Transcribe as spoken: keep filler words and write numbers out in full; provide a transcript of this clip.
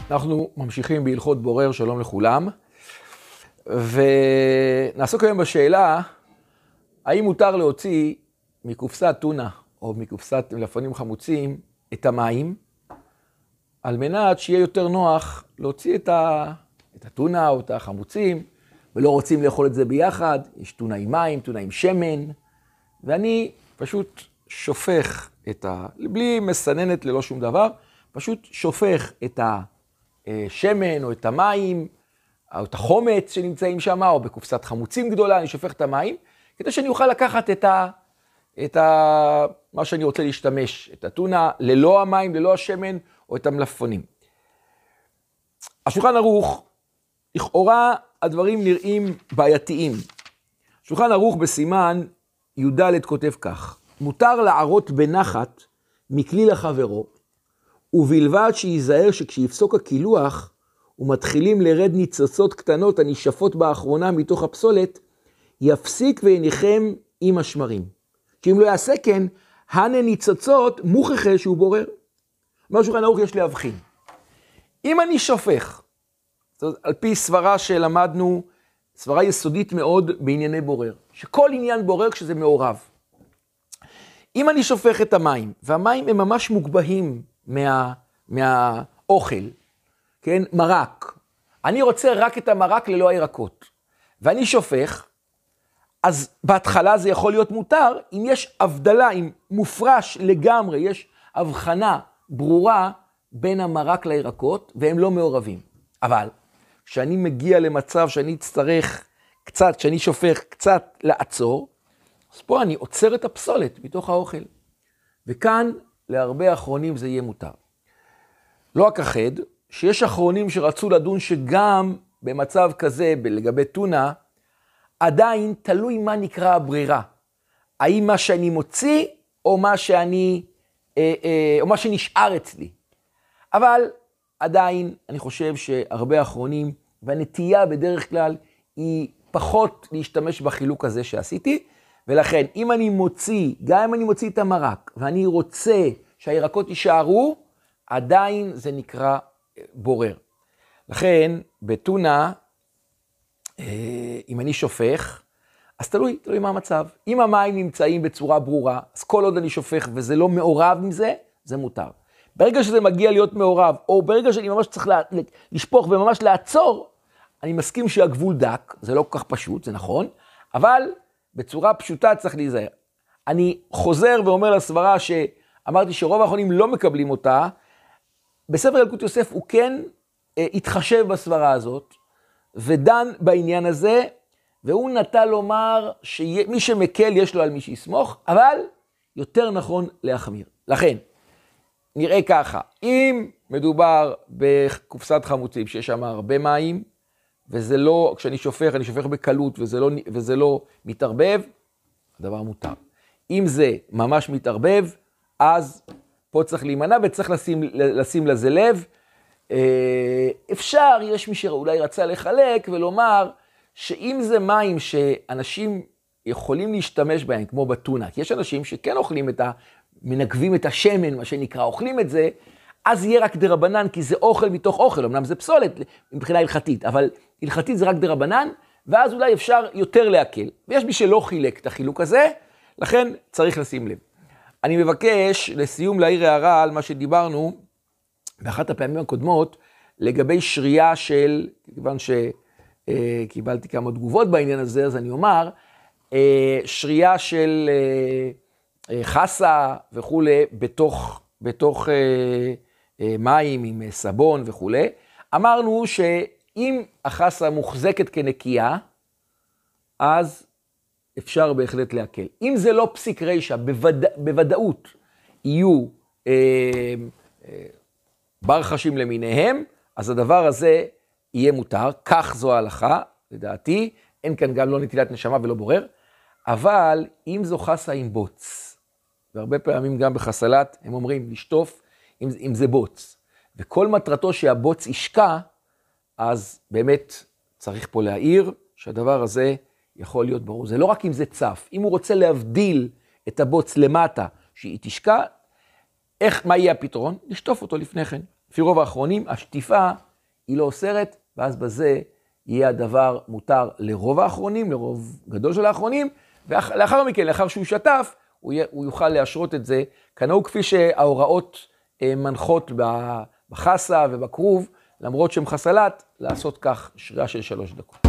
אנחנו ממשיכים בהלכות בורר, שלום לכולם, ונעסוק היום בשאלה, האם מותר להוציא מקופסת טונה או מקופסת מלפפונים חמוצים את המים, על מנת שיהיה יותר נוח להוציא את, ה... את הטונה או את החמוצים, ולא רוצים לאכול את זה ביחד, יש טונה עם מים, טונה עם שמן, ואני פשוט שופך את ה... בלי מסננת ללא שום דבר, פשוט שופך את השמן או את המים, או את החומץ שנמצאים שם, או בקופסת חמוצים גדולה, אני שופך את המים, כדי שאני אוכל לקחת את ה... את ה... מה שאני רוצה להשתמש, את הטונה ללא המים, ללא השמן, או את המלפפונים. השולחן ערוך, לכאורה הדברים נראים בעייתיים. שולחן ערוך בסימן י"ד כותב כך, מותר לערות בנחת מכלי לחברו, ובלבד שיזהר שכשיפסוק הקילוח, ומתחילים לרד ניצוצות קטנות הנשפות באחרונה מתוך הפסולת, יפסיק ויניחם עם השמרים. כי אם לא יעשה כן, הנה ניצוצות מוכחה שהוא בורר. אומר שולחן ערוך יש להבחין. אם אני שופך, על פי סברה שלמדנו, סברה יסודית מאוד בענייני בורר, שכל עניין בורר כשזה מעורב. אם אני שופך את המים, והמים הם ממש מוגבהים מה, מהאוכל, כן, מרק, אני רוצה רק את המרק ללא הירקות, ואני שופך, אז בהתחלה זה יכול להיות מותר, אם יש הבדלה, אם מופרש לגמרי, יש הבחנה ברורה בין המרק לירקות, והם לא מעורבים. אבל כשאני מגיע למצב שאני אצטרך קצת, כשאני שופך קצת לעצור, אז פה אני עוצר את הפסולת מתוך האוכל. וכאן להרבה אחרונים זה יהיה מותר. לא אכחד, שיש אחרונים שרצו לדון שגם במצב כזה, לגבי טונה, עדיין תלוי מה נקרא הברירה. האם מה שאני מוציא, או מה שאני, אה, אה, או מה שנשאר אצלי. אבל עדיין אני חושב שהרבה אחרונים, והנטייה בדרך כלל היא פחות להשתמש בחילוק הזה שעשיתי, ולכן אם אני מוציא, גם אם אני מוציא את המרק, ואני רוצה שהירקות יישארו, עדיין זה נקרא בורר. לכן בטונה, אם אני שופך, אז תלוי, תלוי מה המצב. אם המים נמצאים בצורה ברורה, אז כל עוד אני שופך וזה לא מעורב עם זה, זה מותר. ברגע שזה מגיע להיות מעורב, או ברגע שאני ממש צריך לשפוך וממש לעצור, אני מסכים שהגבול דק, זה לא כל כך פשוט, זה נכון, אבל בצורה פשוטה צריך להיזהר. אני חוזר ואומר לסברה שאמרתי שרוב האחרונים לא מקבלים אותה, בספר ילקוט יוסף הוא כן אה, התחשב בסברה הזאת, ודן בעניין הזה, והוא נטה לומר שמי שמקל יש לו על מי שיסמוך, אבל יותר נכון להחמיר. לכן, נראה ככה, אם מדובר בקופסת חמוצים שיש שם הרבה מים, וזה לא, כשאני שופך, אני שופך בקלות וזה לא, וזה לא מתערבב, הדבר מותר. אם זה ממש מתערבב, אז פה צריך להימנע וצריך לשים, לשים לזה לב. אפשר, יש מי שאולי רצה לחלק ולומר, שאם זה מים שאנשים יכולים להשתמש בהם, כמו בטונה, כי יש אנשים שכן אוכלים את ה... מנגבים את השמן, מה שנקרא, אוכלים את זה, אז יהיה רק דרבנן, כי זה אוכל מתוך אוכל, אמנם זה פסולת מבחינה הלכתית, אבל הלכתית זה רק דרבנן, ואז אולי אפשר יותר להקל. ויש מי שלא חילק את החילוק הזה, לכן צריך לשים לב. אני מבקש לסיום להעיר הערה על מה שדיברנו, באחת הפעמים הקודמות, לגבי שרייה של, כיוון שקיבלתי כמה תגובות בעניין הזה, אז אני אומר, שרייה של חסה וכו' בתוך, בתוך מים עם סבון וכו'. אמרנו שאם החסה מוחזקת כנקייה, אז אפשר בהחלט להקל. אם זה לא פסיק רישה, בוודא, בוודאות יהיו אה, אה, ברחשים למיניהם, אז הדבר הזה יהיה מותר, כך זו ההלכה, לדעתי, אין כאן גם לא נטילת נשמה ולא בורר, אבל אם זו חסה עם בוץ, והרבה פעמים גם בחסלת הם אומרים לשטוף אם, אם זה בוץ, וכל מטרתו שהבוץ ישקע, אז באמת צריך פה להעיר שהדבר הזה יכול להיות ברור. זה לא רק אם זה צף, אם הוא רוצה להבדיל את הבוץ למטה שהיא תשקע, איך, מה יהיה הפתרון? לשטוף אותו לפני כן. לפי רוב האחרונים, השטיפה היא לא אוסרת, ואז בזה יהיה הדבר מותר לרוב האחרונים, לרוב גדול של האחרונים, ולאחר מכן, לאחר שהוא שטף, הוא, יהיה, הוא יוכל להשרות את זה, כנהוג כפי שההוראות מנחות בחסה ובקרוב, למרות שהם חסלת, לעשות כך שריעה של שלוש דקות.